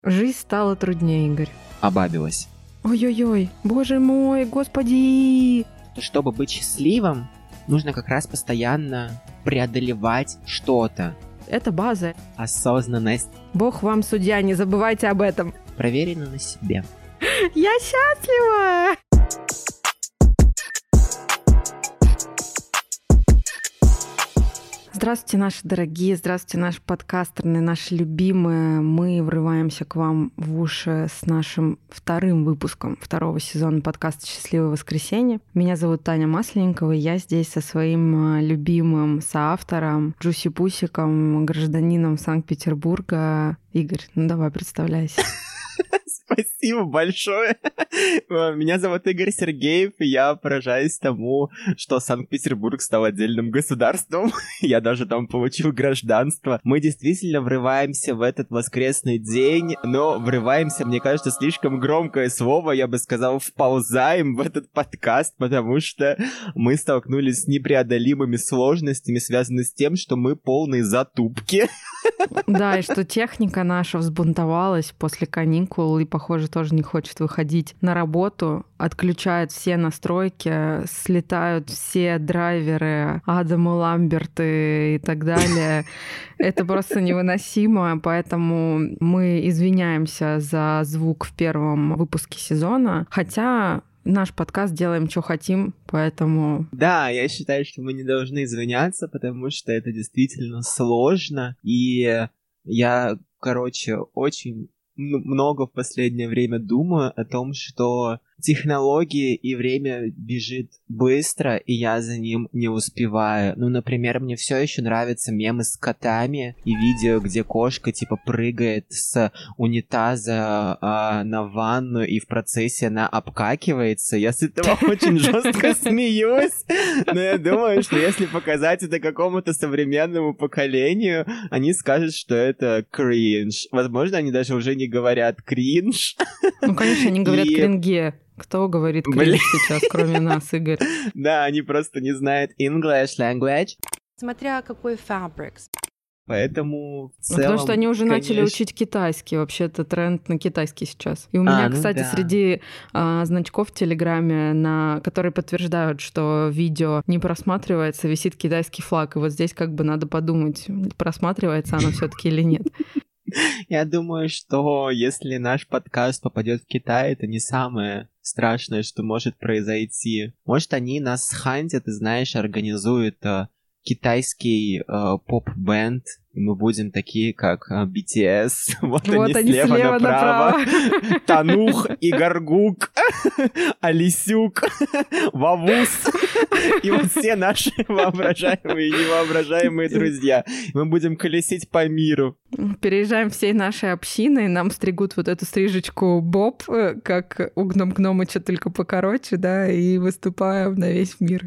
Жизнь стала труднее, Игорь. Обабилась. Ой-ой-ой, боже мой, господи! Чтобы быть счастливым, нужно как раз постоянно преодолевать что-то. Это база. Осознанность. Бог вам судья, не забывайте об этом. Проверено на себе. Я счастлива! Здравствуйте, наши дорогие, здравствуйте, наши подкастерные, наши любимые. Мы врываемся к вам в уши с нашим вторым выпуском второго сезона подкаста «Счастливое воскресенье». Меня зовут Таня Масленникова, и я здесь со своим любимым соавтором, Джуси Пусиком, гражданином Санкт-Петербурга. Игорь, ну давай, представляйся. Спасибо большое. Меня зовут Игорь Сергеев, и я поражаюсь тому, что Санкт-Петербург стал отдельным государством. Я даже там получил гражданство. Мы действительно врываемся в этот воскресный день, но врываемся, мне кажется, слишком громкое слово. Я бы сказал, вползаем в этот подкаст, потому что мы столкнулись с непреодолимыми сложностями, связанными с тем, что мы полные затупки. Да, и что техника наша взбунтовалась после каникул и, похоже, тоже не хочет выходить на работу, отключает все настройки, слетают все драйверы, Адамы Ламберты и так далее. Это просто невыносимо, поэтому мы извиняемся за звук в первом выпуске сезона, хотя наш подкаст делаем, что хотим, поэтому... Да, я считаю, что мы не должны извиняться, потому что это действительно сложно, и я, очень много в последнее время думаю о том, что технологии и время бежит быстро, и я за ним не успеваю. Ну, например, мне все еще нравятся мемы с котами и видео, где кошка, прыгает с унитаза на ванну, и в процессе она обкакивается. Я с этого очень жестко смеюсь, но я думаю, что если показать это какому-то современному поколению, они скажут, что это кринж. Возможно, они даже уже не говорят кринж. Ну, конечно, они говорят кринге. Кто говорит кринж сейчас, кроме нас, Игорь? Да, они просто не знают English language. Смотря какой fabrics. Поэтому в целом, потому что они уже начали конечно... учить китайский. Вообще-то тренд на китайский сейчас. И у меня, кстати, среди значков в Телеграме, которые подтверждают, что видео не просматривается, висит китайский флаг. И вот здесь надо подумать, просматривается оно все-таки или нет. Я думаю, что если наш подкаст попадет в Китай, это не самое страшное, что может произойти. Может, они нас схантят и, знаешь, организуют китайский поп-бенд, и мы будем такие, как BTS. Вот они слева направо. Танух и Гаргук, Алисюк, Вавус. И вот все наши воображаемые и невоображаемые друзья. Мы будем колесить по миру. Переезжаем всей нашей общиной, нам стригут вот эту стрижечку боб, как у Гном-Гномыча, только покороче, да, и выступаем на весь мир.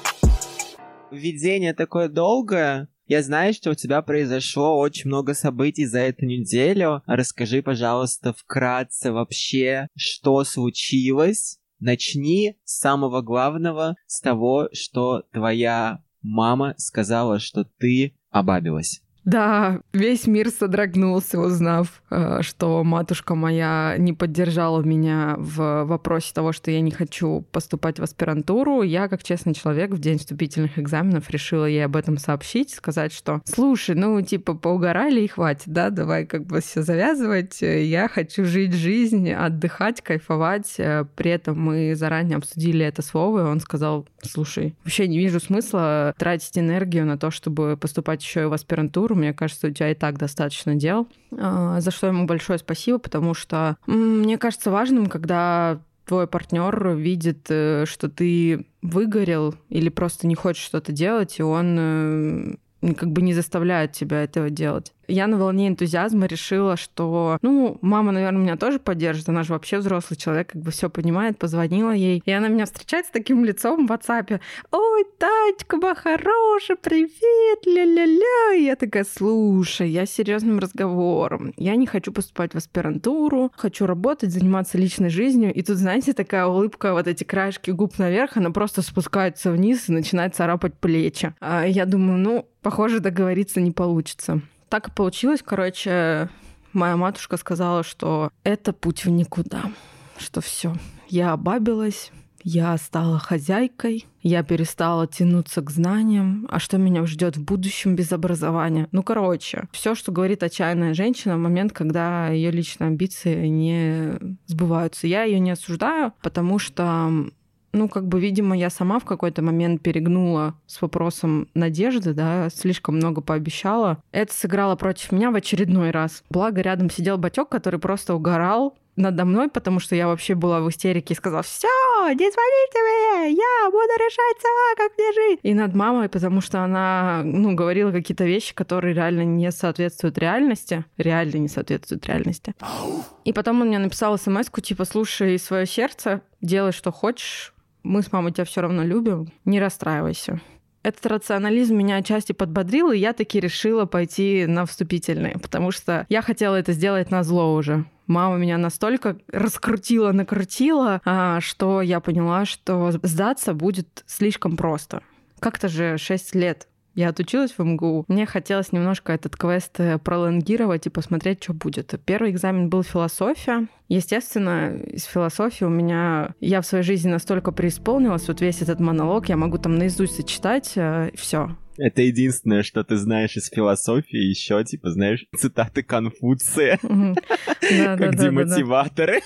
Введение такое долгое. Я знаю, что у тебя произошло очень много событий за эту неделю. Расскажи, пожалуйста, вкратце вообще, что случилось. Начни с самого главного, с того, что твоя мама сказала, что ты обабилась. Да, весь мир содрогнулся, узнав, что матушка моя не поддержала меня в вопросе того, что я не хочу поступать в аспирантуру. Я, как честный человек, в день вступительных экзаменов решила ей об этом сообщить, сказать, что слушай, поугорали и хватит, да, давай все завязывать. Я хочу жить жизнь, отдыхать, кайфовать. При этом мы заранее обсудили это слово, и он сказал, слушай, вообще не вижу смысла тратить энергию на то, чтобы поступать еще и в аспирантуру. Мне кажется, у тебя и так достаточно дел. За что ему большое спасибо, потому что мне кажется важным, когда твой партнер видит, что ты выгорел или просто не хочешь что-то делать, и он не заставляет тебя этого делать. Я на волне энтузиазма решила, что, мама, наверное, меня тоже поддержит, она же вообще взрослый человек, все понимает, позвонила ей, и она меня встречает с таким лицом в WhatsApp. Ой, Тачка, моя хорошая, привет, ля-ля-ля. И я такая, слушай, я с серьезным разговором, я не хочу поступать в аспирантуру, хочу работать, заниматься личной жизнью, и тут, знаете, такая улыбка, вот эти краешки губ наверх, она просто спускается вниз и начинает царапать плечи. А я думаю, похоже, договориться не получится. Так и получилось, моя матушка сказала, что это путь в никуда, что все, я обабилась, я стала хозяйкой, я перестала тянуться к знаниям, а что меня ждет в будущем без образования? Ну, короче, все, что говорит отчаянная женщина в момент, когда ее личные амбиции не сбываются. Я ее не осуждаю, потому что видимо, я сама в какой-то момент перегнула с вопросом надежды, да, слишком много пообещала. Это сыграло против меня в очередной раз. Благо, рядом сидел батёк, который просто угорал надо мной, потому что я вообще была в истерике и сказала: «Все, не звоните мне, я буду решать сама, как мне жить». И над мамой, потому что она, говорила какие-то вещи, которые реально не соответствуют реальности. Реально не соответствуют реальности. И потом он мне написал смс-ку, типа: «Слушай свое сердце, делай, что хочешь. Мы с мамой тебя все равно любим, не расстраивайся». Этот рационализм меня отчасти подбодрил, и я таки решила пойти на вступительные, потому что я хотела это сделать назло уже. Мама меня настолько накрутила, что я поняла, что сдаться будет слишком просто. Как-то же 6 лет я отучилась в МГУ. Мне хотелось немножко этот квест пролонгировать и посмотреть, что будет. Первый экзамен был философия. Естественно, из философии я в своей жизни настолько преисполнилась, вот весь этот монолог, я могу там наизусть зачитать, все. Это единственное, что ты знаешь из философии, еще знаешь, цитаты Конфуция, как демотиваторы.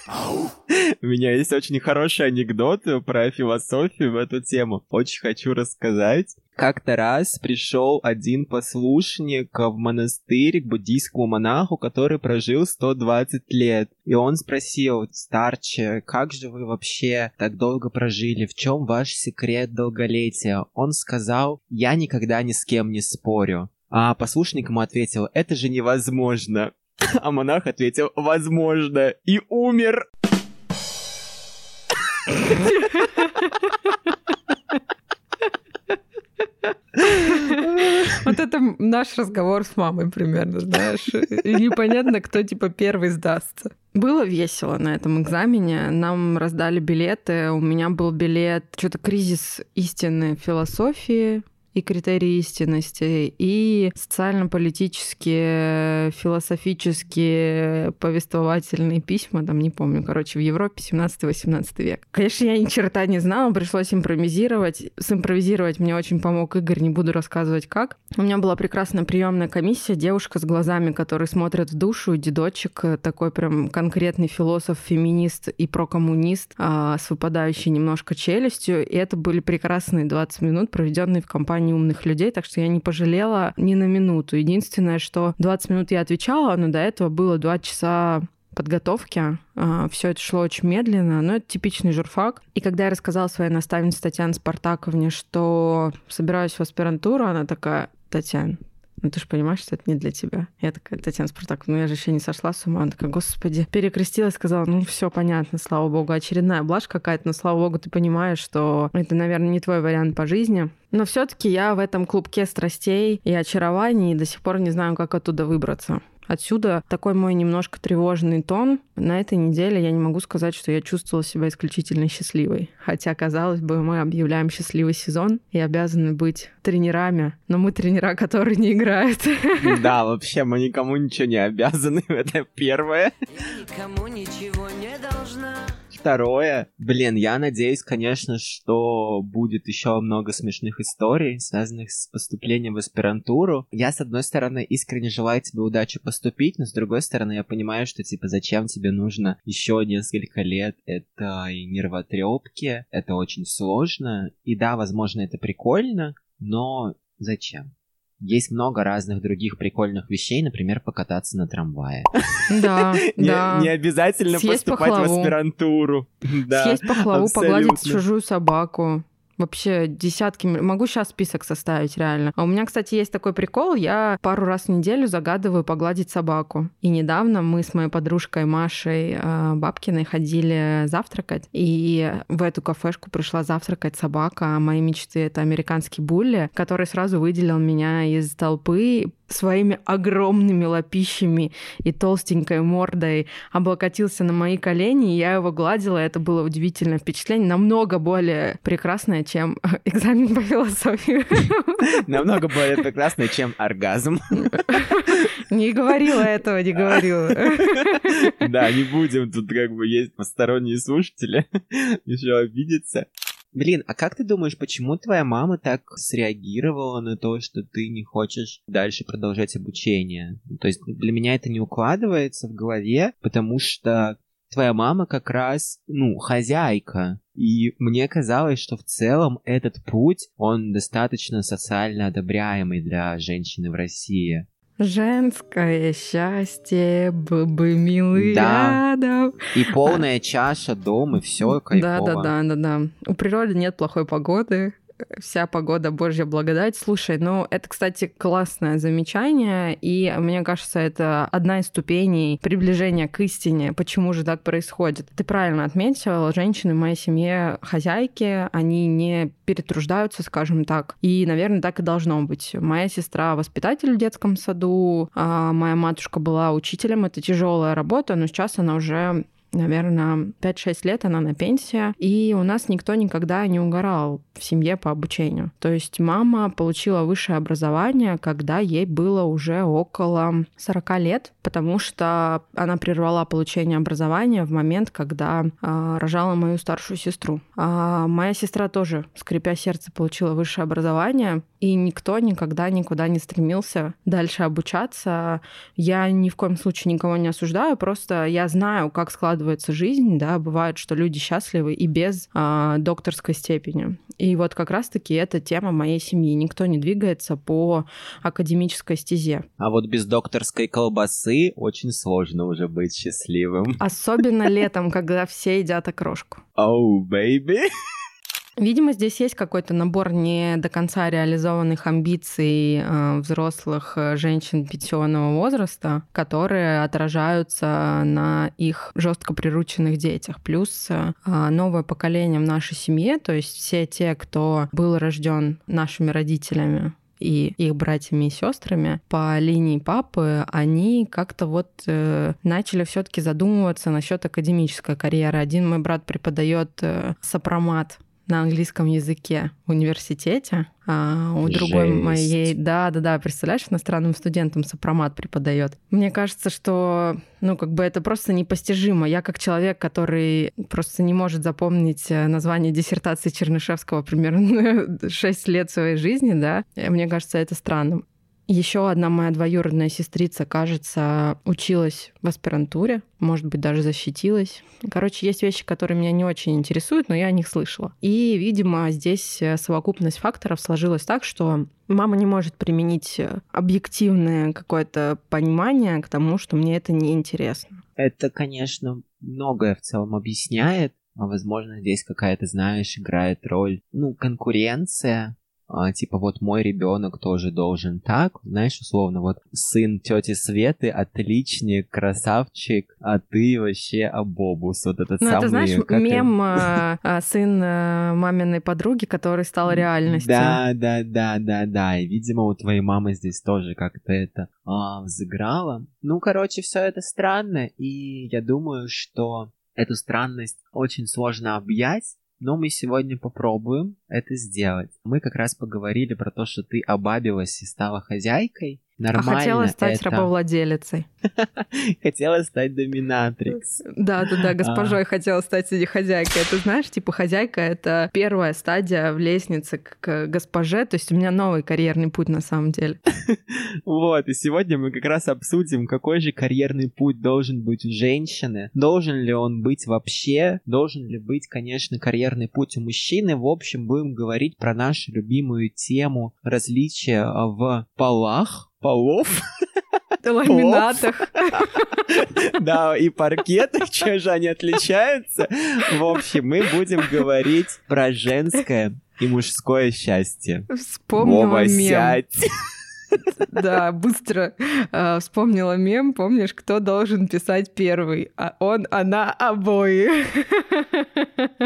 У меня есть очень хороший анекдот про философию в эту тему. Очень хочу рассказать. Как-то раз пришел один послушник в монастырь к буддийскому монаху, который прожил 120 лет. И он спросил: «Старче, как же вы вообще так долго прожили? В чем ваш секрет долголетия?» Он сказал: «Я никогда ни с кем не спорю». А послушник ему ответил: «Это же невозможно». А монах ответил: «Возможно». И умер. Вот это наш разговор с мамой примерно, знаешь. И непонятно, кто первый сдастся. Было весело на этом экзамене. Нам раздали билеты. У меня был билет что-то «Кризис истины философии» и критерии истинности, и социально-политические, философические, повествовательные письма, там, не помню, в Европе 17-18 век. Конечно, я ни черта не знала, пришлось импровизировать. Симпровизировать мне очень помог Игорь, не буду рассказывать как. У меня была прекрасная приемная комиссия, девушка с глазами, которые смотрят в душу, дедочек, такой прям конкретный философ, феминист и прокоммунист, с выпадающей немножко челюстью, и это были прекрасные 20 минут, проведенные в компании умных людей, так что я не пожалела ни на минуту. Единственное, что 20 минут я отвечала, но до этого было 2 часа подготовки. Все это шло очень медленно, но это типичный журфак. И когда я рассказала своей наставнице Татьяне Спартаковне, что собираюсь в аспирантуру, она такая: «Татьяна, ты же понимаешь, что это не для тебя». Я такая: «Татьяна Спартаковна, я же еще не сошла с ума». Она такая: «Господи». Перекрестилась, сказала: все понятно, слава богу. Очередная блажь какая-то, но слава богу, ты понимаешь, что это, наверное, не твой вариант по жизни. Но все-таки я в этом клубке страстей и очарований и до сих пор не знаю, как оттуда выбраться. Отсюда такой мой немножко тревожный тон. На этой неделе я не могу сказать, что я чувствовала себя исключительно счастливой. Хотя, казалось бы, мы объявляем счастливый сезон и обязаны быть тренерами. Но мы тренера, которые не играют. Да, вообще мы никому ничего не обязаны. Это первое. Никому ничего не должна. Второе, я надеюсь, конечно, что будет еще много смешных историй, связанных с поступлением в аспирантуру. Я, с одной стороны, искренне желаю тебе удачи поступить, но с другой стороны, я понимаю, что, зачем тебе нужно еще несколько лет этой нервотрепки, это очень сложно, и да, возможно, это прикольно, но зачем? Есть много разных других прикольных вещей, например, покататься на трамвае. Да, да. Не обязательно поступать в аспирантуру. Съесть пахлаву, погладить чужую собаку. Вообще десятки... Могу сейчас список составить, реально. А у меня, кстати, есть такой прикол. Я пару раз в неделю загадываю погладить собаку. И недавно мы с моей подружкой Машей Бабкиной ходили завтракать. И в эту кафешку пришла завтракать собака. Мои мечты — это американский булли, который сразу выделил меня из толпы своими огромными лапищами и толстенькой мордой облокотился на мои колени, и я его гладила. Это было удивительное впечатление, намного более прекрасное, чем экзамен по философии. Намного более прекрасное, чем оргазм. Не говорила этого, не говорила. Да, не будем, тут как бы есть посторонние слушатели, еще обидеться. Блин, а как ты думаешь, почему твоя мама так среагировала на то, что ты не хочешь дальше продолжать обучение? То есть для меня это не укладывается в голове, потому что твоя мама как раз, хозяйка. И мне казалось, что в целом этот путь, он достаточно социально одобряемый для женщины в России. Женское счастье, был бы милый рядом. И полная чаша, дом, и все кайфово. Да. У природы нет плохой погоды. Вся погода Божья благодать. Слушай, это, кстати, классное замечание, и мне кажется, это одна из ступеней приближения к истине. Почему же так происходит? Ты правильно отметила, женщины в моей семье хозяйки, они не перетруждаются, скажем так, и, наверное, так и должно быть. Моя сестра воспитатель в детском саду, а моя матушка была учителем, это тяжелая работа, но сейчас она уже... Наверное, 5-6 лет она на пенсии, и у нас никто никогда не угорал в семье по обучению. То есть мама получила высшее образование, когда ей было уже около 40 лет, потому что она прервала получение образования в момент, когда рожала мою старшую сестру. А моя сестра тоже, скрипя сердце, получила высшее образование, и никто никогда никуда не стремился дальше обучаться. Я ни в коем случае никого не осуждаю, просто я знаю, как складывается жизнь, да, бывает, что люди счастливы и без докторской степени. И вот как раз-таки это тема моей семьи. Никто не двигается по академической стезе. А вот без докторской колбасы очень сложно уже быть счастливым. Особенно летом, когда все едят окрошку. Oh, baby! Видимо, здесь есть какой-то набор не до конца реализованных амбиций взрослых женщин пенсионного возраста, которые отражаются на их жестко прирученных детях. Плюс новое поколение в нашей семье, то есть все те, кто был рожден нашими родителями и их братьями и сестрами по линии папы, они как-то начали все-таки задумываться насчет академической карьеры. Один мой брат преподает сопромат на английском языке в университете, а у другой моей... Да, представляешь, иностранным студентам сопромат преподает. Мне кажется, что, это просто непостижимо. Я как человек, который просто не может запомнить название диссертации Чернышевского примерно 6 лет своей жизни, да, мне кажется, это странным. Еще одна моя двоюродная сестрица, кажется, училась в аспирантуре, может быть, даже защитилась. Короче, есть вещи, которые меня не очень интересуют, но я о них слышала. И, видимо, здесь совокупность факторов сложилась так, что мама не может применить объективное какое-то понимание к тому, что мне это неинтересно. Это, конечно, многое в целом объясняет. Возможно, здесь какая-то, играет роль, конкуренция. Типа мой ребенок тоже должен так, условно, сын тети Светы отличник, красавчик, а ты вообще абобус, этот самый. Это знаешь, мем сын маминой подруги, который стал реальностью. Да, и видимо у твоей мамы здесь тоже как-то это взыграло. Все это странно, и я думаю, что эту странность очень сложно объять. Но мы сегодня попробуем это сделать. Мы как раз поговорили про то, что ты обабилась и стала хозяйкой. Нормально. А хотела стать рабовладелицей. Хотела стать доминатрикс. Да, госпожой хотела стать хозяйкой. Это знаешь, хозяйка — это первая стадия в лестнице к госпоже. То есть у меня новый карьерный путь на самом деле. И сегодня мы как раз обсудим, какой же карьерный путь должен быть у женщины. Должен ли он быть вообще? Должен ли быть, конечно, карьерный путь у мужчины? В общем, будем говорить про нашу любимую тему различия в полов, ламинатах. Да, и паркетах, чем же они отличаются. В общем, мы будем говорить про женское и мужское счастье. Вспомнила мем. Сядь. Да, быстро вспомнила мем. Помнишь, кто должен писать первый? А он, она, обои.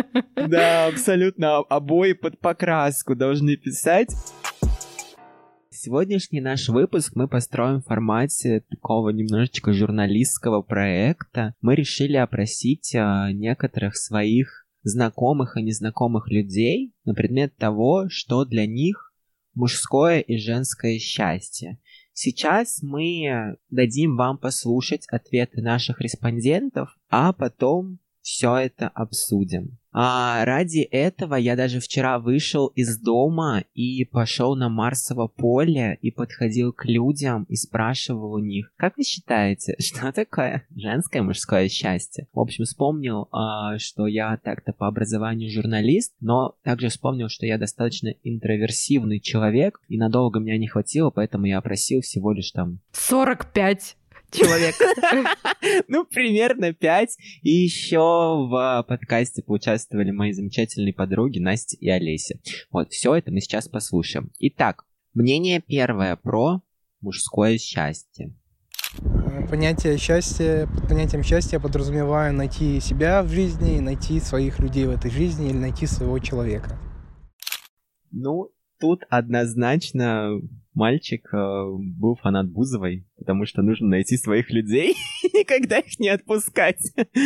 Да, абсолютно. Обои под покраску должны писать. Сегодняшний наш выпуск мы построим в формате такого немножечко журналистского проекта. Мы решили опросить некоторых своих знакомых и незнакомых людей на предмет того, что для них мужское и женское счастье. Сейчас мы дадим вам послушать ответы наших респондентов, а потом все это обсудим. А ради этого я даже вчера вышел из дома и пошел на Марсово поле и подходил к людям и спрашивал у них: как вы считаете, что такое женское и мужское счастье? В общем, вспомнил, что я так-то по образованию журналист, но также вспомнил, что я достаточно интроверсивный человек, и надолго меня не хватило, поэтому я опросил всего лишь 45 человек. Ну, примерно 5. И еще в подкасте поучаствовали мои замечательные подруги Настя и Олеся. Вот, все это мы сейчас послушаем. Итак, мнение первое про мужское счастье. Под понятием счастья я подразумеваю найти себя в жизни, найти своих людей в этой жизни или найти своего человека. Ну, тут однозначно мальчик был фанат Бузовой, потому что нужно найти своих людей и никогда их не отпускать.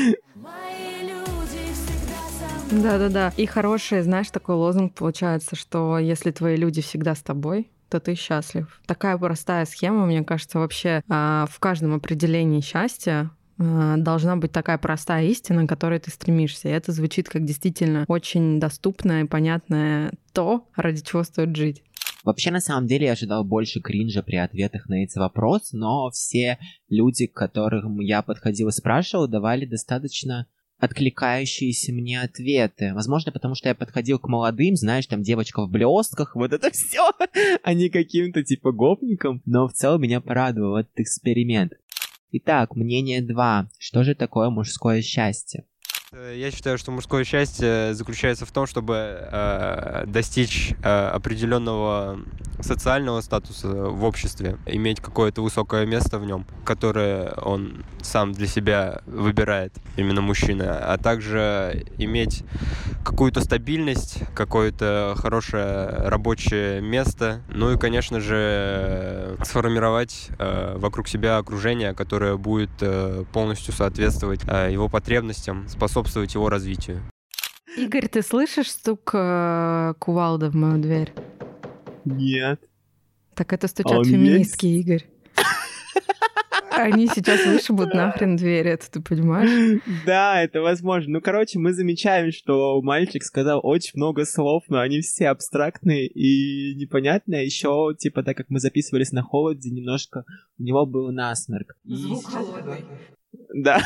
Да-да-да. И хороший, знаешь, такой лозунг получается, что если твои люди всегда с тобой, то ты счастлив. Такая простая схема, мне кажется, вообще в каждом определении счастья должна быть такая простая истина, к которой ты стремишься. И это звучит как действительно очень доступное и понятное то, ради чего стоит жить. Вообще, на самом деле, я ожидал больше кринжа при ответах на эти вопросы, но все люди, к которым я подходил и спрашивал, давали достаточно откликающиеся мне ответы. Возможно, потому что я подходил к молодым, знаешь, там девочка в блестках, вот это все, а не каким-то типа гопникам. Но в целом меня порадовал этот эксперимент. Итак, мнение 2. Что же такое мужское счастье? Я считаю, что мужское счастье заключается в том, чтобы достичь определенного социального статуса в обществе, иметь какое-то высокое место в нем, которое он сам для себя выбирает, именно мужчина, а также иметь какую-то стабильность, какое-то хорошее рабочее место, ну и, конечно же, сформировать вокруг себя окружение, которое будет полностью соответствовать его потребностям, способствовать его развитию. Игорь, ты слышишь стук кувалды в мою дверь? Нет. Так это стучат феминистки, есть? Игорь. Они сейчас вышибут нахрен дверь, это ты понимаешь? Да, это возможно. Ну, короче, мы замечаем, что мальчик сказал очень много слов, но они все абстрактные и непонятные. Еще, типа, так как мы записывались на холоде, немножко у него был насморк. Звук холодный. Да.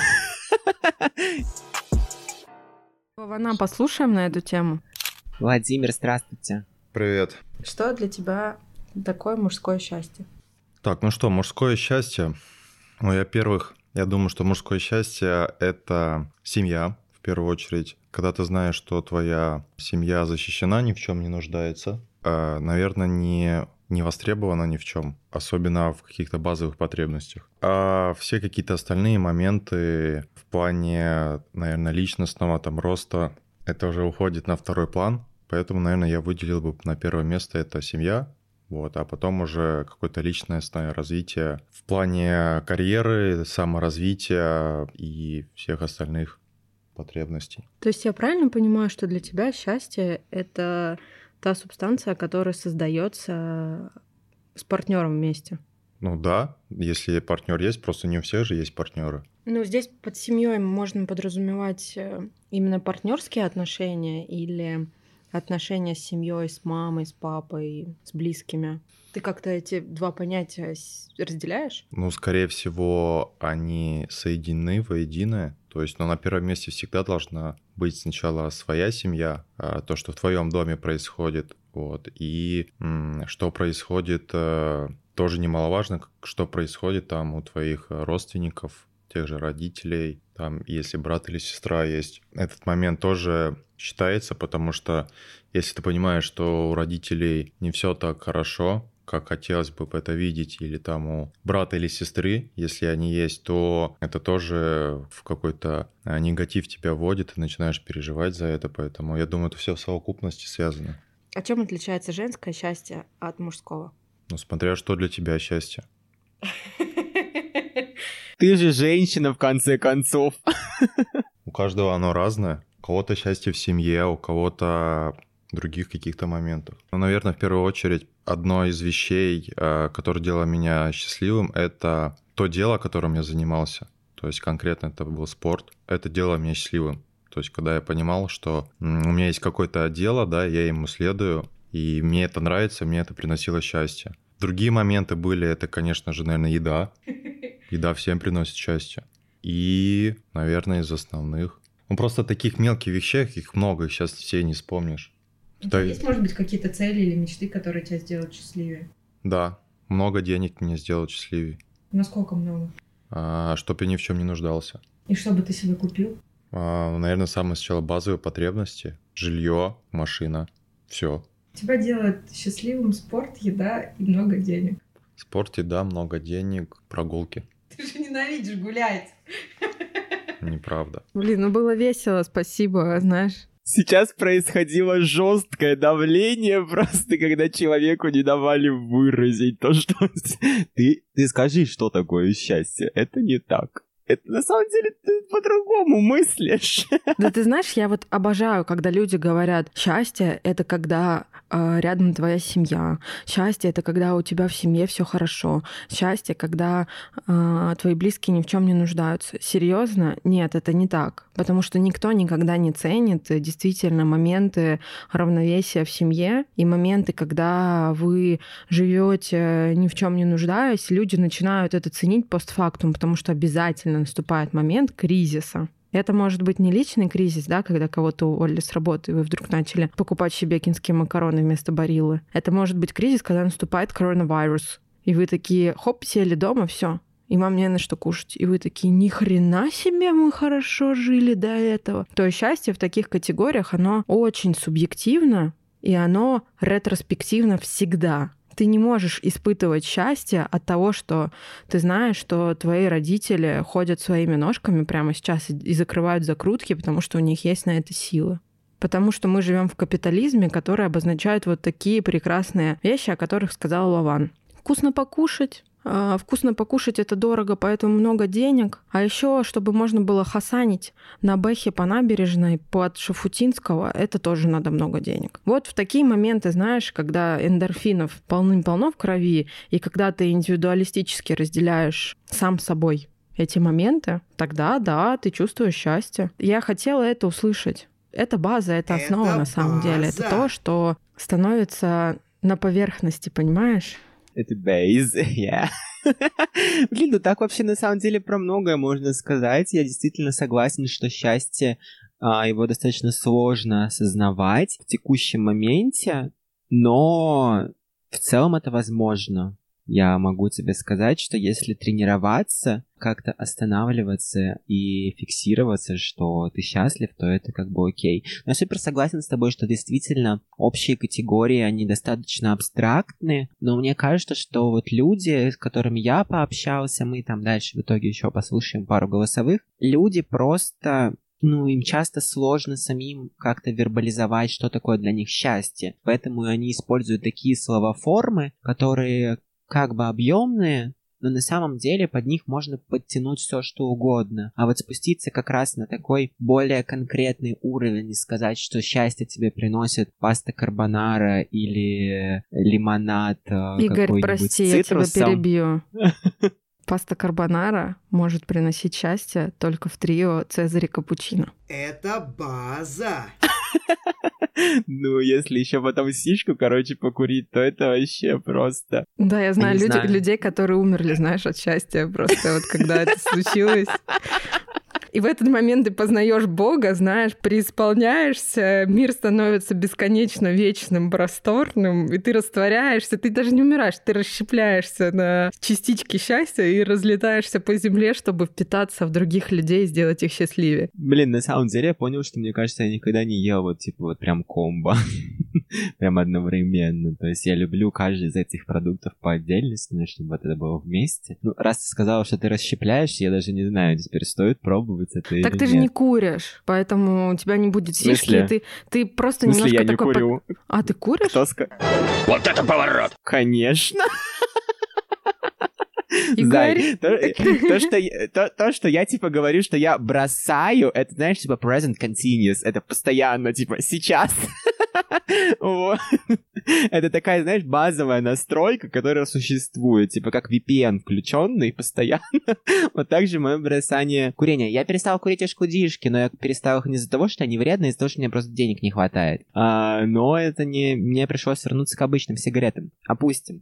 Вована, послушаем на эту тему. Владимир, здравствуйте. Привет. Что для тебя такое мужское счастье? Так, ну что, мужское счастье. Ну, я думаю, что мужское счастье — это семья, в первую очередь. Когда ты знаешь, что твоя семья защищена, ни в чем не нуждается, наверное, не востребована ни в чем, особенно в каких-то базовых потребностях. А все какие-то остальные моменты в плане, наверное, личностного там роста, это уже уходит на второй план. Поэтому, наверное, я выделил бы на первое место это семья, вот, а потом уже какое-то личностное развитие в плане карьеры, саморазвития и всех остальных потребностей. То есть я правильно понимаю, что для тебя счастье — это та субстанция, которая создается с партнером вместе? Ну да, если партнер есть, просто не у всех же есть партнеры. Ну, здесь под семьей можно подразумевать именно партнерские отношения или отношения с семьей, с мамой, с папой, с близкими. Ты как-то эти два понятия разделяешь? Ну, скорее всего, они соединены воедино. То есть, на первом месте всегда должна быть сначала своя семья, то, что в твоем доме происходит, вот, и что происходит, тоже немаловажно, что происходит там у твоих родственников, тех же родителей, там, если брат или сестра есть. Этот момент тоже считается, потому что если ты понимаешь, что у родителей не все так хорошо, как хотелось бы это видеть, или там у брата или сестры, если они есть, то это тоже в какой-то негатив тебя вводит, и начинаешь переживать за это, поэтому я думаю, это все в совокупности связано. А чем отличается женское счастье от мужского? Ну, смотря что для тебя счастье. Ты же женщина, в конце концов. У каждого оно разное. У кого-то счастье в семье, у кого-то в других каких-то моментах. Но, наверное, в первую очередь, одно из вещей, которое делало меня счастливым, это то дело, которым я занимался. То есть конкретно это был спорт. Это делало меня счастливым. То есть когда я понимал, что у меня есть какое-то дело, да, я ему следую, и мне это нравится, мне это приносило счастье. Другие моменты были, это, конечно же, наверное, еда. Еда всем приносит счастье. И, наверное, из основных. Ну, просто таких мелких вещей, их много, их сейчас все не вспомнишь. У тебя есть, может быть, какие-то цели или мечты, которые тебя сделают счастливее? Да, много денег меня сделает счастливее. Насколько много? Чтоб я ни в чем не нуждался. И что бы ты себе купил? Наверное, самое сначала базовые потребности. Жилье, машина, все. Тебя делает счастливым спорт, еда и много денег. Спорт, еда, много денег, прогулки. Ты же ненавидишь гулять. Неправда. Блин, ну было весело, спасибо, знаешь. Сейчас происходило жесткое давление, просто когда человеку не давали выразить то, что... Ты скажи, что такое счастье. Это не так. Это на самом деле ты по-другому мыслишь. Да ты знаешь, я вот обожаю, когда люди говорят, счастье — это когда рядом твоя семья. Счастье — это когда у тебя в семье все хорошо. Счастье — когда твои близкие ни в чем не нуждаются. Серьезно? Нет, это не так. Потому что никто никогда не ценит действительно моменты равновесия в семье и моменты, когда вы живете ни в чем не нуждаясь, люди начинают это ценить постфактум, потому что обязательно наступает момент кризиса. Это может быть не личный кризис, да, когда кого-то уволили с работы, и вы вдруг начали покупать шебекинские макароны вместо бариллы. Это может быть кризис, когда наступает коронавирус, и вы такие, хоп, сели дома, все, и вам не на что кушать. И вы такие, ни хрена себе мы хорошо жили до этого. То есть счастье в таких категориях, оно очень субъективно, и оно ретроспективно всегда. Ты не можешь испытывать счастье от того, что ты знаешь, что твои родители ходят своими ножками прямо сейчас и закрывают закрутки, потому что у них есть на это силы. Потому что мы живем в капитализме, который обозначает вот такие прекрасные вещи, о которых сказал Вован. Вкусно покушать. Вкусно покушать — это дорого, поэтому много денег. А еще, чтобы можно было хасанить на бэхе по набережной под Шафутинского, это тоже надо много денег. Вот в такие моменты, знаешь, когда эндорфинов полным-полно в крови, и когда ты индивидуалистически разделяешь сам собой эти моменты, тогда, да, ты чувствуешь счастье. Я хотела это услышать. Это база, это основа на самом деле. Это то, что становится на поверхности, понимаешь? Это бейз, yeah. Блин, ну так вообще на самом деле про многое можно сказать. Я действительно согласен, что счастье, его достаточно сложно осознавать в текущем моменте, но в целом это возможно. Я могу тебе сказать, что если тренироваться, как-то останавливаться и фиксироваться, что ты счастлив, то это как бы окей. Но я супер согласен с тобой, что действительно общие категории, они достаточно абстрактны, но мне кажется, что вот люди, с которыми я пообщался, мы там дальше в итоге еще послушаем пару голосовых, люди просто... им часто сложно самим как-то вербализовать, что такое для них счастье. Поэтому они используют такие словоформы, которые как бы объемные, но на самом деле под них можно подтянуть все, что угодно. А вот спуститься как раз на такой более конкретный уровень и сказать, что счастье тебе приносит паста карбонара или лимонад Игорь, прости, я тебя цитрусом. перебью. Паста карбонара может приносить счастье только в трио Цезарь и капучино. Это база. Ну, если еще потом сишку, покурить, то это вообще просто... Да, я знаю, не знаю. людей, которые умерли, знаешь, от счастья просто вот когда это случилось. И в этот момент ты познаешь Бога, знаешь, преисполняешься, мир становится бесконечно вечным, просторным, и ты растворяешься, ты даже не умираешь, ты расщепляешься на частички счастья и разлетаешься по земле, чтобы впитаться в других людей и сделать их счастливее. Блин, на самом деле я понял, что, мне кажется, я никогда не ел прям комбо. Прям одновременно. То есть я люблю каждый из этих продуктов по отдельности, чтобы вот это было вместе. Ну, раз ты сказала, что ты расщепляешься, я даже не знаю, теперь стоит пробовать нравится это или нет. Так ты же не куришь, поэтому у тебя не будет сишки. Ты просто немножко я такой... не курю. А, ты куришь? Вот это поворот! Конечно! Игорь? То, что я, типа, говорю, что я бросаю, это, знаешь, типа, present continuous, это постоянно, типа, сейчас. Вот. Это такая, знаешь, базовая настройка, которая существует, типа, как VPN включенный постоянно. Вот так же мое бросание курения. Я перестал курить ашкудишки, но я перестал их не из-за того, что они вредные, а из-за того, что мне просто денег не хватает. Но это не... Мне пришлось вернуться к обычным сигаретам. Опустим.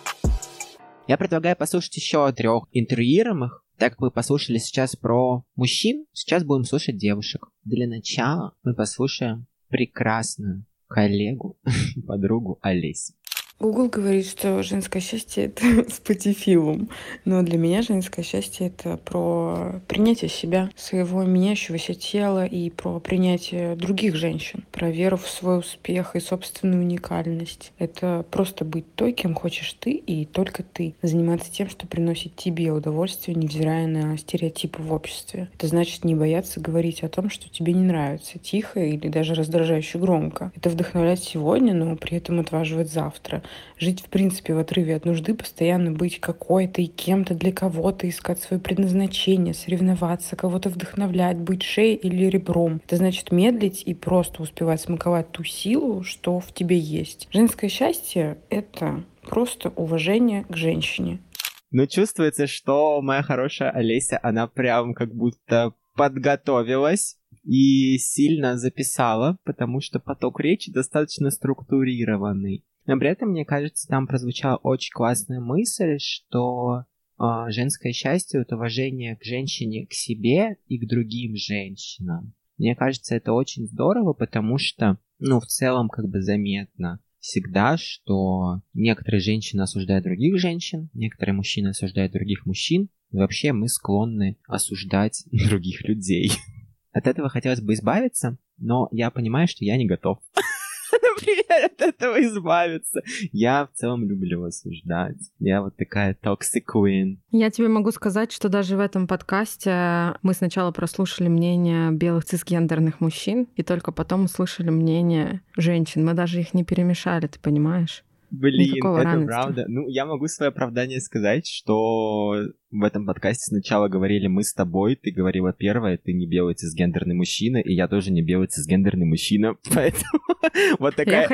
Я предлагаю послушать еще 3 интервьюируемых. Так как вы послушали сейчас про мужчин, сейчас будем слушать девушек. Для начала мы послушаем прекрасную коллегу, подругу Олесю. Google говорит, что женское счастье — это спатифилум. Но для меня женское счастье — это про принятие себя, своего меняющегося тела и про принятие других женщин, про веру в свой успех и собственную уникальность. Это просто быть той, кем хочешь ты и только ты. Заниматься тем, что приносит тебе удовольствие, невзирая на стереотипы в обществе. Это значит не бояться говорить о том, что тебе не нравится, тихо или даже раздражающе громко. Это вдохновлять сегодня, но при этом отваживать завтра. Жить, в принципе, в отрыве от нужды, постоянно быть какой-то и кем-то для кого-то, искать свое предназначение, соревноваться, кого-то вдохновлять, быть шеей или ребром. Это значит медлить и просто успевать смаковать ту силу, что в тебе есть. Женское счастье — это просто уважение к женщине. Ну, чувствуется, что моя хорошая Олеся, она прям как будто подготовилась и сильно записала, потому что поток речи достаточно структурированный. Но при этом, мне кажется, там прозвучала очень классная мысль, что женское счастье — это уважение к женщине, к себе и к другим женщинам. Мне кажется, это очень здорово, потому что, в целом, как бы заметно всегда, что некоторые женщины осуждают других женщин, некоторые мужчины осуждают других мужчин, и вообще мы склонны осуждать других людей. От этого хотелось бы избавиться, но я понимаю, что я не готов. Например, от этого избавиться. Я в целом люблю осуждать. Я вот такая toxic queen. Я тебе могу сказать, что даже в этом подкасте мы сначала прослушали мнение белых цисгендерных мужчин, и только потом услышали мнение женщин. Мы даже их не перемешали, ты понимаешь? Блин, Никакого это равенства. правда. Я могу свое оправдание сказать, что в этом подкасте сначала говорили мы с тобой, ты говорила первое, ты не белый цисгендерный мужчина, и я тоже не белый цисгендерный мужчина, поэтому вот такая...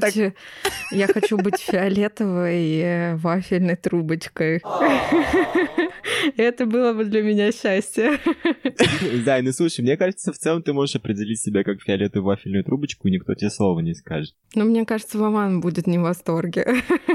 Я хочу быть фиолетовой вафельной трубочкой. Это было бы для меня счастье. Да, слушай, мне кажется, в целом ты можешь определить себя как фиолетовую вафельную трубочку, и никто тебе слова не скажет. Но мне кажется, Вован будет не в восторге.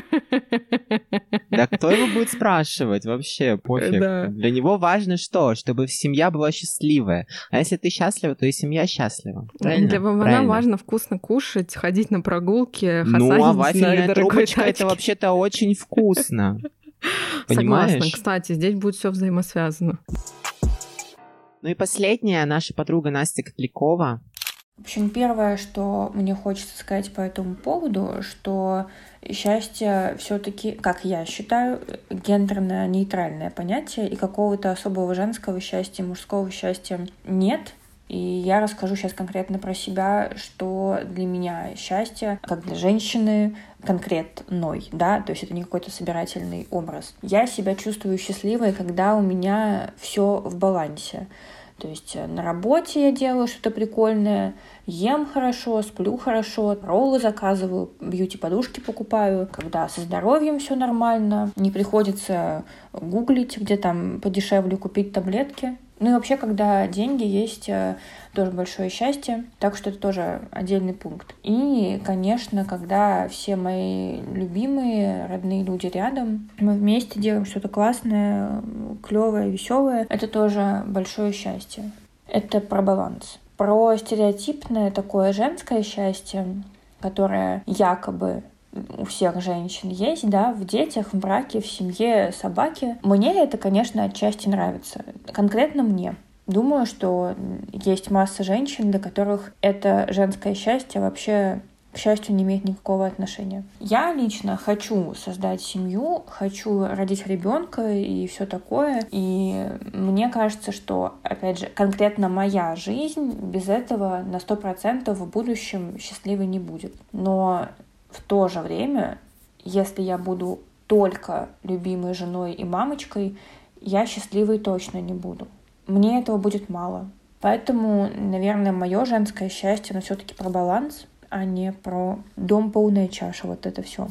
Да кто его будет спрашивать вообще? Пофиг. Да. Для него важно что? Чтобы семья была счастливая. А если ты счастлива, то и семья счастлива. Правильно? Для Вована важно вкусно кушать, ходить на прогулки, а вафельная трубочка — это вообще-то очень вкусно. Понимаешь? Согласна. Кстати, здесь будет все взаимосвязано. И последняя наша подруга Настя Котлякова. В общем, первое, что мне хочется сказать по этому поводу, что счастье все-таки, как я считаю, гендерно-нейтральное понятие, и какого-то особого женского счастья, мужского счастья нет. И я расскажу сейчас конкретно про себя, что для меня счастье, как для женщины, конкретной, да, то есть это не какой-то собирательный образ. Я себя чувствую счастливой, когда у меня все в балансе. То есть на работе я делаю что-то прикольное, ем хорошо, сплю хорошо, роллы заказываю, бьюти-подушки покупаю, когда со здоровьем все нормально, не приходится гуглить, где там подешевле купить таблетки. И вообще, когда деньги есть, тоже большое счастье, так что это тоже отдельный пункт. И, конечно, когда все мои любимые, родные люди рядом, мы вместе делаем что-то классное, клевое, веселое, это тоже большое счастье. Это про баланс. Про стереотипное такое женское счастье, которое якобы у всех женщин есть, да, в детях, в браке, в семье, собаке. Мне это, конечно, отчасти нравится. Конкретно мне. Думаю, что есть масса женщин, для которых это женское счастье вообще к счастью не имеет никакого отношения. Я лично хочу создать семью, хочу родить ребенка и все такое. И мне кажется, что, опять же, конкретно моя жизнь без этого на 100% в будущем счастливой не будет. Но в то же время, если я буду только любимой женой и мамочкой, я счастливой точно не буду. Мне этого будет мало. Поэтому, наверное, мое женское счастье, оно все-таки про баланс, а не про дом полная чаша, вот это все.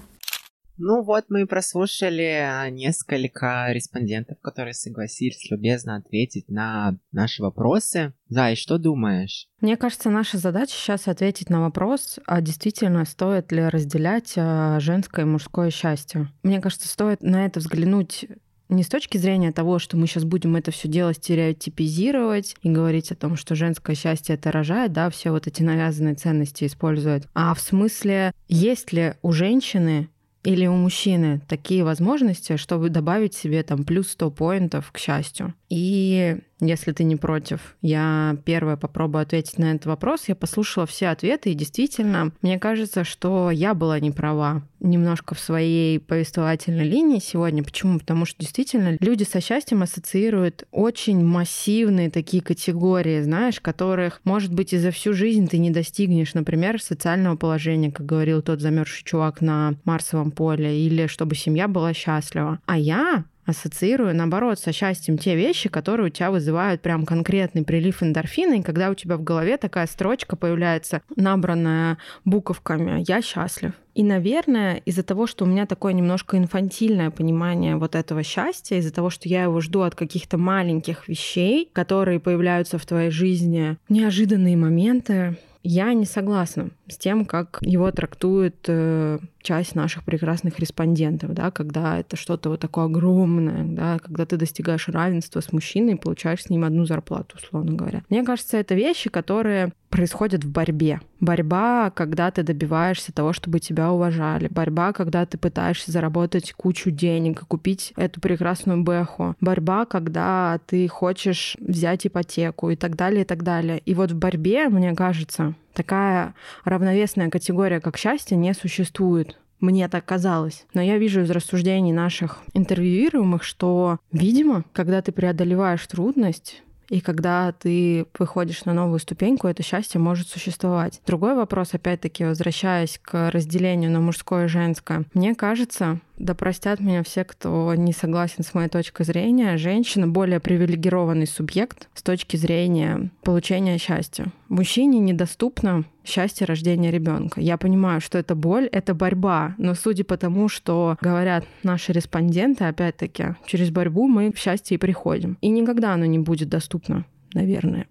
Ну вот мы прослушали несколько респондентов, которые согласились любезно ответить на наши вопросы. Зай, что думаешь? Мне кажется, наша задача сейчас ответить на вопрос, а действительно стоит ли разделять женское и мужское счастье. Мне кажется, стоит на это взглянуть не с точки зрения того, что мы сейчас будем это все дело стереотипизировать и говорить о том, что женское счастье это рожает, да, все вот эти навязанные ценности используют, а в смысле, есть ли у женщины или у мужчины такие возможности, чтобы добавить себе там плюс 100 поинтов к счастью. И если ты не против, я первая попробую ответить на этот вопрос. Я послушала все ответы, и действительно, мне кажется, что я была не права немножко в своей повествовательной линии сегодня. Почему? Потому что действительно люди со счастьем ассоциируют очень массивные такие категории, знаешь, которых, может быть, и за всю жизнь ты не достигнешь. Например, социального положения, как говорил тот замерзший чувак на Марсовом поле, или чтобы семья была счастлива. А я ассоциирую, наоборот, со счастьем те вещи, которые у тебя вызывают прям конкретный прилив эндорфина, и когда у тебя в голове такая строчка появляется, набранная буковками «Я счастлив». И, наверное, из-за того, что у меня такое немножко инфантильное понимание вот этого счастья, из-за того, что я его жду от каких-то маленьких вещей, которые появляются в твоей жизни, неожиданные моменты, я не согласна с тем, как его трактует часть наших прекрасных респондентов, да, когда это что-то вот такое огромное, да, когда ты достигаешь равенства с мужчиной и получаешь с ним одну зарплату, условно говоря. Мне кажется, это вещи, которые происходят в борьбе. Борьба, когда ты добиваешься того, чтобы тебя уважали. Борьба, когда ты пытаешься заработать кучу денег и купить эту прекрасную бэху. Борьба, когда ты хочешь взять ипотеку и так далее, и так далее. И вот в борьбе, мне кажется, такая равновесная категория, как счастье, не существует. Мне так казалось. Но я вижу из рассуждений наших интервьюируемых, что, видимо, когда ты преодолеваешь трудность, и когда ты выходишь на новую ступеньку, это счастье может существовать. Другой вопрос, опять-таки, возвращаясь к разделению на мужское и женское. Мне кажется, да простят меня все, кто не согласен с моей точкой зрения, женщина более привилегированный субъект с точки зрения получения счастья. Мужчине недоступно счастье рождения ребенка. Я понимаю, что это боль, это борьба, но судя по тому, что говорят наши респонденты, опять-таки, через борьбу мы в счастье и приходим. И никогда оно не будет доступно, наверное.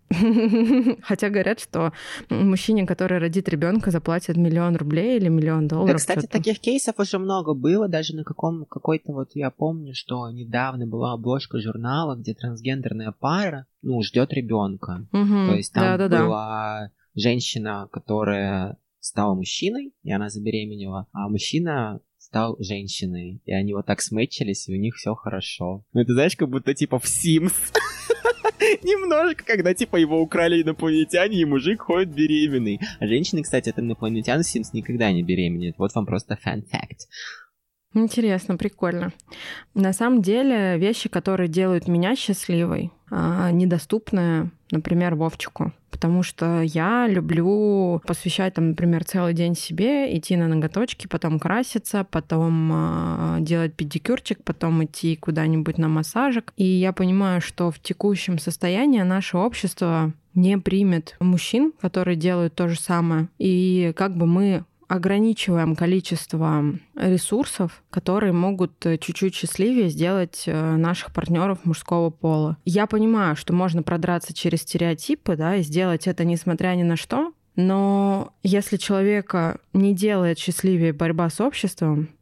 Хотя говорят, что мужчине, который родит ребенка, заплатят $1 000 000 или $1 000 000. Да, кстати, таких кейсов уже много было, даже на какой-то вот я помню, что недавно была обложка журнала, где трансгендерная пара, ждет ребенка. То есть там была женщина, которая стала мужчиной, и она забеременела, а мужчина стал женщиной, и они вот так смэчились, и у них все хорошо. Ну, это знаешь, как будто типа в Sims. Немножко, когда типа его украли инопланетяне, и мужик ходит беременный. А женщины, кстати, от инопланетян в Sims никогда не беременеют. Вот вам просто фан-факт. Интересно, прикольно. На самом деле, вещи, которые делают меня счастливой, недоступны, например, Вовчику. Потому что я люблю посвящать, там, например, целый день себе, идти на ноготочки, потом краситься, потом делать педикюрчик, потом идти куда-нибудь на массажик. И я понимаю, что в текущем состоянии наше общество не примет мужчин, которые делают то же самое. И как бы мы ограничиваем количество ресурсов, которые могут чуть-чуть счастливее сделать наших партнеров мужского пола. Я понимаю, что можно продраться через стереотипы, да, и сделать это несмотря ни на что, но если человека не делает счастливее борьба с обществом,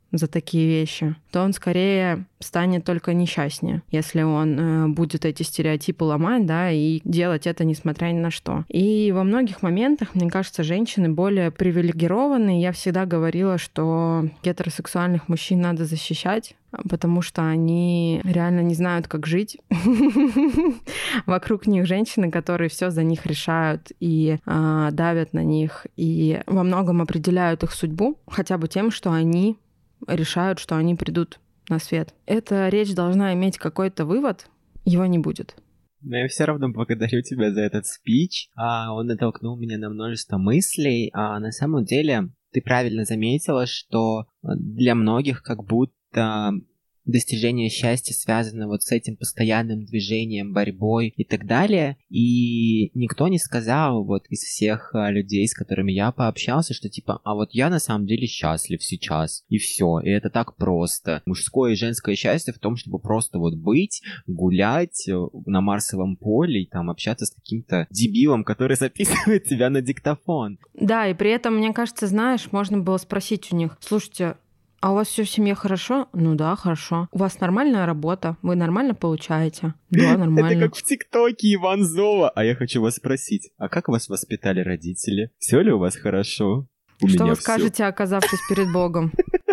за такие вещи, то он скорее станет только несчастнее, если он будет эти стереотипы ломать, да, и делать это несмотря ни на что. И во многих моментах, мне кажется, женщины более привилегированы. Я всегда говорила, что гетеросексуальных мужчин надо защищать, потому что они реально не знают, как жить. Вокруг них женщины, которые все за них решают и давят на них, и во многом определяют их судьбу, хотя бы тем, что они решают, что они придут на свет. Эта речь должна иметь какой-то вывод, его не будет. Но я все равно благодарю тебя за этот спич. Он натолкнул меня на множество мыслей. На самом деле, ты правильно заметила, что для многих как будто достижение счастья связано вот с этим постоянным движением, борьбой и так далее. И никто не сказал вот из всех людей, с которыми я пообщался, что типа, а вот я на самом деле счастлив сейчас. И все. И это так просто. Мужское и женское счастье в том, чтобы просто вот быть, гулять на Марсовом поле и там общаться с каким-то дебилом, который записывает тебя на диктофон. Да, и при этом, мне кажется, знаешь, можно было спросить у них: слушайте, а у вас все в семье хорошо? Ну да, хорошо. У вас нормальная работа? Вы нормально получаете? Да, нормально. Это как в ТикТоке Иван Зова. А я хочу вас спросить, а как вас воспитали родители? Все ли у вас хорошо? Что вы скажете, оказавшись перед Богом?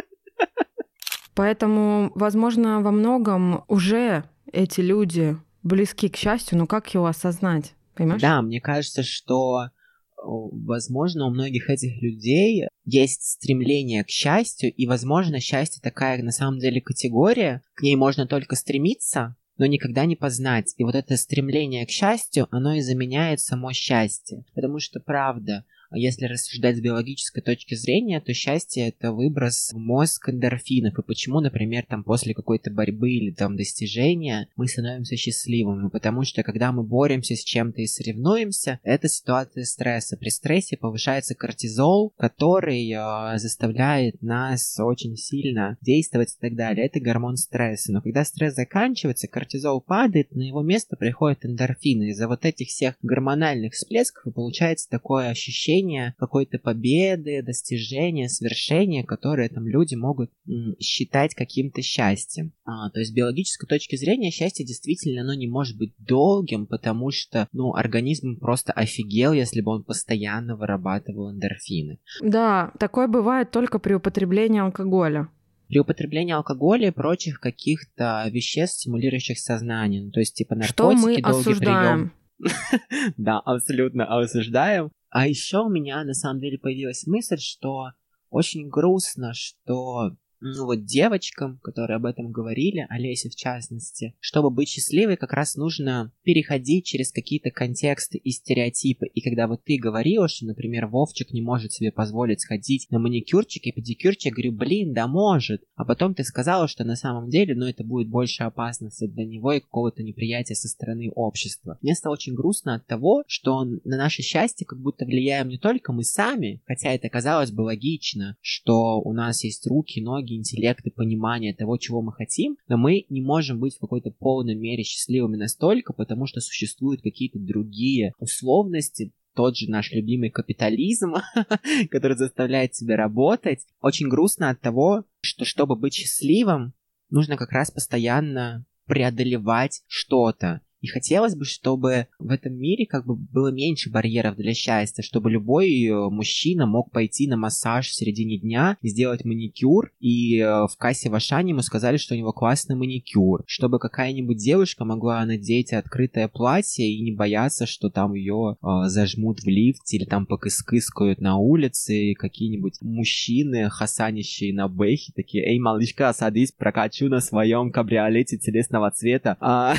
Поэтому, возможно, во многом уже эти люди близки к счастью, но как его осознать? Понимаешь? Да, мне кажется, что возможно, у многих этих людей есть стремление к счастью, и, возможно, счастье такая, на самом деле, категория, к ней можно только стремиться, но никогда не познать. И вот это стремление к счастью, оно и заменяет само счастье. Потому что, правда, если рассуждать с биологической точки зрения, то счастье — это выброс в мозг эндорфинов. И почему, например, там после какой-то борьбы или там достижения мы становимся счастливыми? Потому что когда мы боремся с чем-то и соревнуемся, это ситуация стресса. При стрессе повышается кортизол, который заставляет нас очень сильно действовать и так далее. Это гормон стресса. Но когда стресс заканчивается, кортизол падает, на его место приходят эндорфины. Из-за вот этих всех гормональных всплесков и получается такое ощущение какой-то победы, достижения, свершения, которые там люди могут считать каким-то счастьем. То есть с биологической точки зрения счастье действительно, оно не может быть долгим, потому что, организм просто офигел, если бы он постоянно вырабатывал эндорфины. Да, такое бывает только при употреблении алкоголя. При употреблении алкоголя и прочих каких-то веществ, стимулирующих сознание, то есть типа наркотики, что мы долгий осуждаем. прием. Да, абсолютно осуждаем. А еще у меня на самом деле появилась мысль, что очень грустно, что девочкам, которые об этом говорили, Олесе в частности, чтобы быть счастливой, как раз нужно переходить через какие-то контексты и стереотипы. И когда вот ты говорила, что, например, Вовчик не может себе позволить сходить на маникюрчик и педикюрчик, я говорю, да может. А потом ты сказала, что на самом деле, это будет больше опасности для него и какого-то неприятия со стороны общества. Мне стало очень грустно от того, что на наше счастье как будто влияем не только мы сами, хотя это казалось бы логично, что у нас есть руки, ноги, интеллект и понимание того, чего мы хотим, но мы не можем быть в какой-то полной мере счастливыми настолько, потому что существуют какие-то другие условности, тот же наш любимый капитализм, который заставляет тебя работать. Очень грустно от того, что чтобы быть счастливым, нужно как раз постоянно преодолевать что-то. И хотелось бы, чтобы в этом мире было меньше барьеров для счастья, чтобы любой мужчина мог пойти на массаж в середине дня, сделать маникюр, и в кассе в Ашане ему сказали, что у него классный маникюр, чтобы какая-нибудь девушка могла надеть открытое платье и не бояться, что там ее зажмут в лифте или там покыскыскают на улице, и какие-нибудь мужчины, хасанящие на бэхе, такие: «Эй, малышка, садись, прокачу на своем кабриолете телесного цвета»,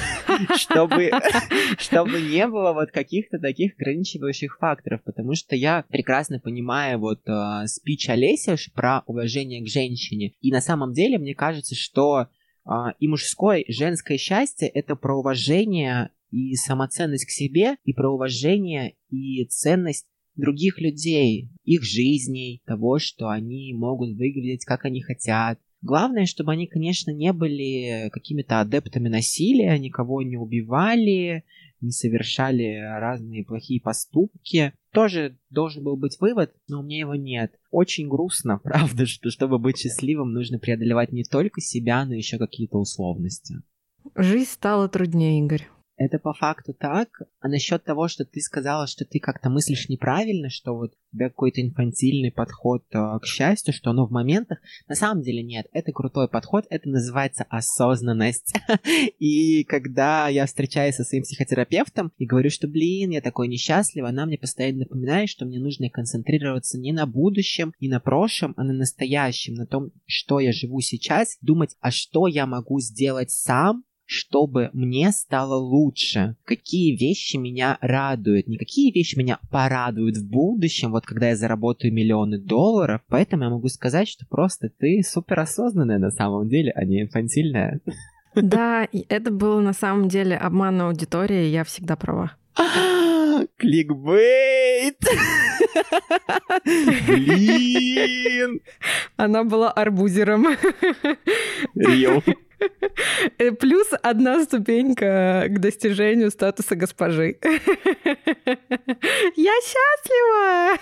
чтобы не было каких-то таких ограничивающих факторов, потому что я прекрасно понимаю спич Олеси про уважение к женщине, и на самом деле мне кажется, что и мужское, и женское счастье — это про уважение и самоценность к себе, и про уважение и ценность других людей, их жизней, того, что они могут выглядеть, как они хотят. Главное, чтобы они, конечно, не были какими-то адептами насилия, никого не убивали, не совершали разные плохие поступки. тоже должен был быть вывод, но у меня его нет. Очень грустно, правда, что чтобы быть счастливым, нужно преодолевать не только себя, но еще какие-то условности. Жизнь стала труднее, Игорь. Это по факту так. А насчет того, что ты сказала, что ты как-то мыслишь неправильно, что вот у тебя какой-то инфантильный подход к счастью, что оно в моментах, на самом деле нет. Это крутой подход, это называется осознанность. И когда я встречаюсь со своим психотерапевтом и говорю, что, я такой несчастлив, она мне постоянно напоминает, что мне нужно концентрироваться не на будущем, не на прошлом, а на настоящем, на том, что я живу сейчас, думать, а что я могу сделать сам, чтобы мне стало лучше. Какие вещи меня радуют. Не какие вещи меня порадуют в будущем, вот когда я заработаю миллионы долларов. Поэтому я могу сказать, что просто ты суперосознанная на самом деле, а не инфантильная. Да, и это было на самом деле обман аудитории, я всегда права. Кликбейт! Блин! Она была арбузером. Рил. Плюс одна ступенька к достижению статуса госпожи. Я счастлива!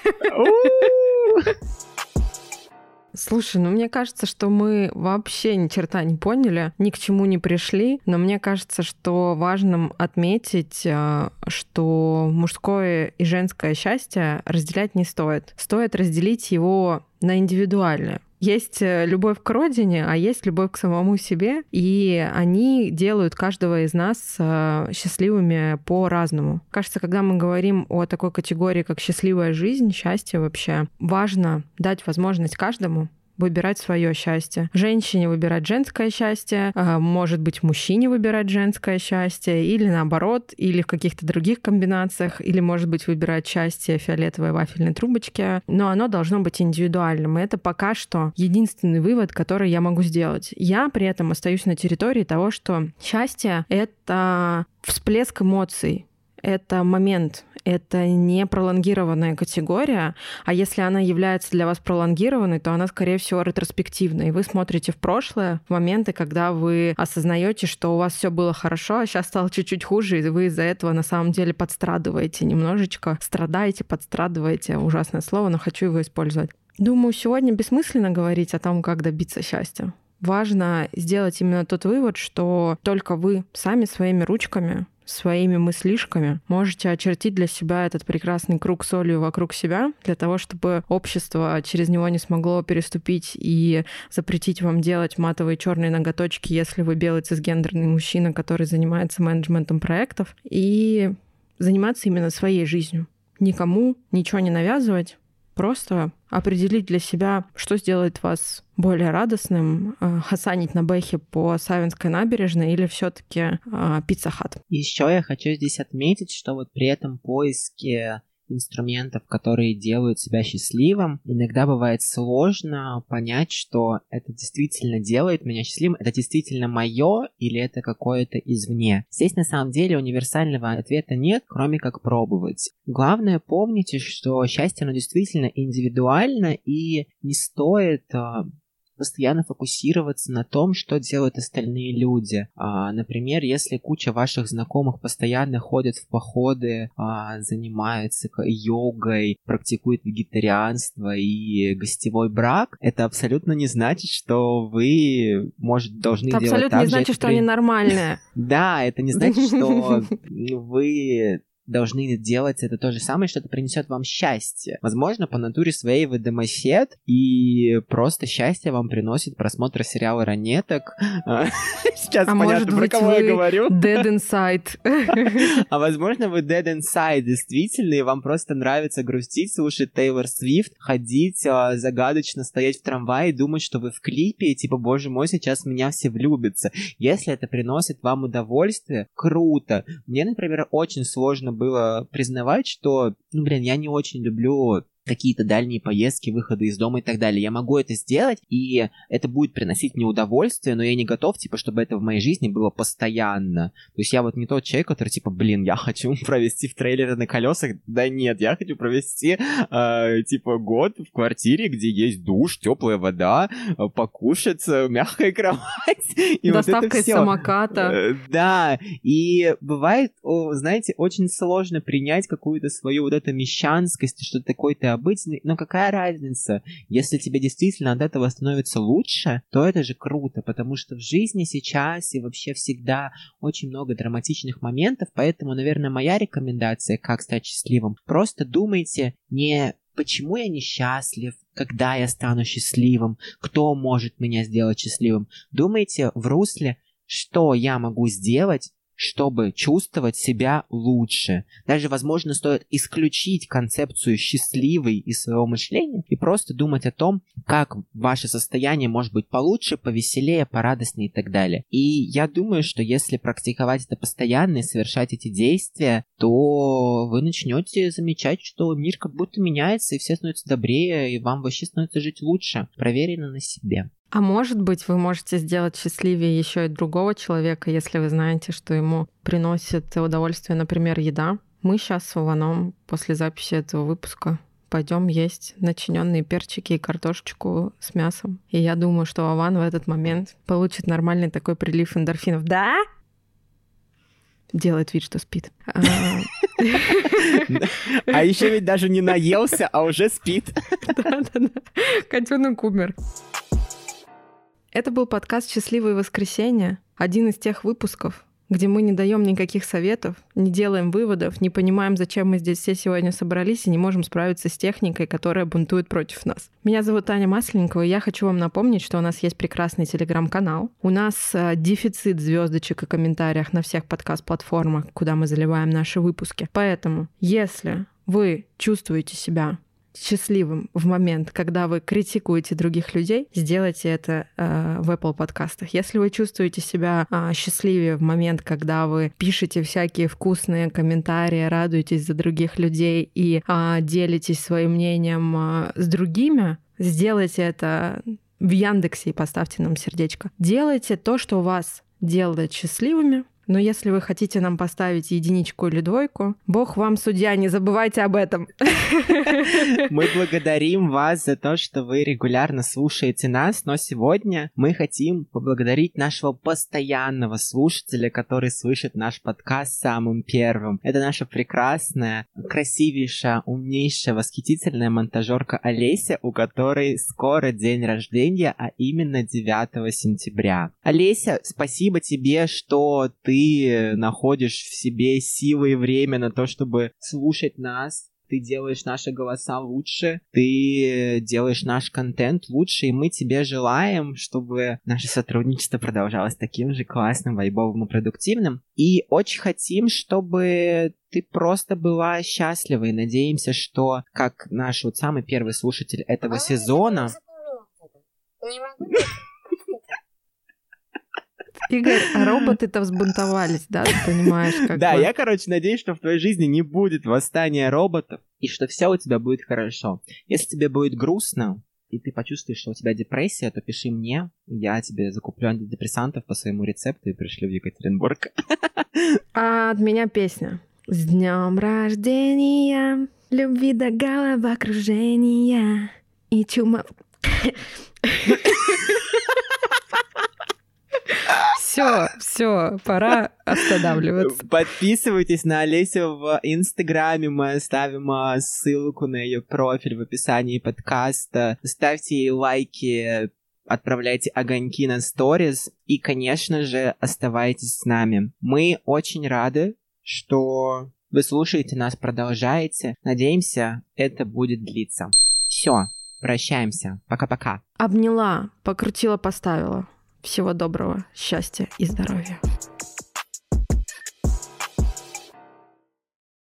Слушай, мне кажется, что мы вообще ни черта не поняли, ни к чему не пришли, но мне кажется, что важным отметить, что мужское и женское счастье разделять не стоит. Стоит разделить его на индивидуальное. Есть любовь к родине, а есть любовь к самому себе, и они делают каждого из нас счастливыми по-разному. Кажется, когда мы говорим о такой категории, как счастливая жизнь, счастье вообще, важно дать возможность каждому выбирать свое счастье. Женщине выбирать женское счастье, может быть, мужчине выбирать женское счастье, или наоборот, или в каких-то других комбинациях, или, может быть, выбирать счастье фиолетовой вафельной трубочки. Но оно должно быть индивидуальным. И это пока что единственный вывод, который я могу сделать. Я при этом остаюсь на территории того, что счастье — это всплеск эмоций, это момент, это не пролонгированная категория, а если она является для вас пролонгированной, то она, скорее всего, ретроспективная. И вы смотрите в прошлое, в моменты, когда вы осознаете, что у вас все было хорошо, а сейчас стало чуть-чуть хуже, и вы из-за этого на самом деле подстрадываете немножечко, страдаете, подстрадываете. Ужасное слово, но хочу его использовать. Думаю, сегодня бессмысленно говорить о том, как добиться счастья. Важно сделать именно тот вывод, что только вы сами своими ручками, своими мыслишками можете очертить для себя этот прекрасный круг солью вокруг себя, для того, чтобы общество через него не смогло переступить и запретить вам делать матовые черные ноготочки, если вы белый цисгендерный мужчина, который занимается менеджментом проектов, и заниматься именно своей жизнью. Никому ничего не навязывать, просто определить для себя, что сделает вас более радостным, хасанить на бэхе по Савинской набережной или все-таки Пицца Хат. Еще я хочу здесь отметить, что вот при этом поиске инструментов, которые делают себя счастливым, иногда бывает сложно понять, что это действительно делает меня счастливым, это действительно мое или это какое-то извне. Здесь на самом деле универсального ответа нет, кроме как пробовать. Главное помните, что счастье, оно действительно индивидуально, и не стоит постоянно фокусироваться на том, что делают остальные люди. Например, если куча ваших знакомых постоянно ходят в походы, занимаются йогой, практикуют вегетарианство и гостевой брак, это абсолютно не значит, что вы, может, должны делать так же. Это абсолютно не значит, что они нормальные. Да, это не значит, что вы должны делать это то же самое, что это принесет вам счастье. Возможно, по натуре своей вы домосед, и просто счастье вам приносит просмотр сериала «Ранеток». Сейчас понятно, про кого я говорю. Dead Inside. А возможно, вы Dead Inside, действительно, и вам просто нравится грустить, слушать Тейлор Свифт, ходить, загадочно стоять в трамвае и думать, что вы в клипе, и типа, боже мой, сейчас в меня все влюбятся. Если это приносит вам удовольствие, круто. Мне, например, очень сложно было признавать, что, я не очень люблю какие-то дальние поездки, выходы из дома и так далее. Я могу это сделать, и это будет приносить мне удовольствие, но я не готов, типа, чтобы это в моей жизни было постоянно. То есть я вот не тот человек, который, типа, я хочу провести в трейлере на колесах. Да нет, я хочу провести, типа, год в квартире, где есть душ, теплая вода, покушать, мягкая кровать. И доставка вот из самоката. Да, и бывает, знаете, очень сложно принять какую-то свою вот эту мещанскость, что такое ты обыденный, но какая разница? Если тебе действительно от этого становится лучше, то это же круто, потому что в жизни сейчас и вообще всегда очень много драматичных моментов, поэтому, наверное, моя рекомендация, как стать счастливым, просто думайте не почему я несчастлив, когда я стану счастливым, кто может меня сделать счастливым. Думайте в русле, что я могу сделать, чтобы чувствовать себя лучше. Даже, возможно, стоит исключить концепцию счастливой из своего мышления и просто думать о том, как ваше состояние может быть получше, повеселее, порадостнее и так далее. И я думаю, что если практиковать это постоянно и совершать эти действия, то вы начнете замечать, что мир как будто меняется, и все становятся добрее, и вам вообще становится жить лучше. Проверено на себе. А может быть, вы можете сделать счастливее еще и другого человека, если вы знаете, что ему приносит удовольствие, например, еда. Мы сейчас с Вованом после записи этого выпуска пойдем есть начиненные перчики и картошечку с мясом. И я думаю, что Вован в этот момент получит нормальный такой прилив эндорфинов. Да? Делает вид, что спит. А еще ведь даже не наелся, а уже спит. Да-да-да. Котенок умер. Это был подкаст «Счастливое воскресенье», один из тех выпусков, где мы не даем никаких советов, не делаем выводов, не понимаем, зачем мы здесь все сегодня собрались и не можем справиться с техникой, которая бунтует против нас. Меня зовут Аня Масленникова, и я хочу вам напомнить, что у нас есть прекрасный телеграм-канал. У нас дефицит звездочек и комментариев на всех подкаст-платформах, куда мы заливаем наши выпуски. Поэтому, если вы чувствуете себя счастливым в момент, когда вы критикуете других людей, сделайте это в Apple подкастах. Если вы чувствуете себя счастливее в момент, когда вы пишете всякие вкусные комментарии, радуетесь за других людей и делитесь своим мнением с другими, сделайте это в Яндексе и поставьте нам сердечко. Делайте то, что вас делает счастливыми. Но если вы хотите нам поставить единичку или двойку, Бог вам судья, не забывайте об этом. Мы благодарим вас за то, что вы регулярно слушаете нас, но сегодня мы хотим поблагодарить нашего постоянного слушателя, который слышит наш подкаст самым первым. Это наша прекрасная, красивейшая, умнейшая, восхитительная монтажерка Олеся, у которой скоро день рождения, а именно 9 сентября. Олеся, спасибо тебе, что ты находишь в себе силы и время на то, чтобы слушать нас. Ты делаешь наши голоса лучше, ты делаешь наш контент лучше, и мы тебе желаем, чтобы наше сотрудничество продолжалось таким же классным, вайбовым и продуктивным. И очень хотим, чтобы ты просто была счастлива, и надеемся, что, как наш вот самый первый слушатель этого сезона... Игорь, а роботы-то взбунтовались, да, ты понимаешь? Да, я, надеюсь, что в твоей жизни не будет восстания роботов, и что все у тебя будет хорошо. Если тебе будет грустно, и ты почувствуешь, что у тебя депрессия, то пиши мне, я тебе закуплю антидепрессантов по своему рецепту и пришлю в Екатеринбург. А от меня песня. С днем рождения, любви до головокружения и чума... Все, пора останавливаться. Подписывайтесь на Олесю в Инстаграме, мы оставим ссылку на ее профиль в описании подкаста. Ставьте ей лайки, отправляйте огоньки на сторис и, конечно же, оставайтесь с нами. Мы очень рады, что вы слушаете нас, продолжаете. Надеемся, это будет длиться. Все, прощаемся. Пока-пока. Обняла, покрутила, поставила. Всего доброго, счастья и здоровья.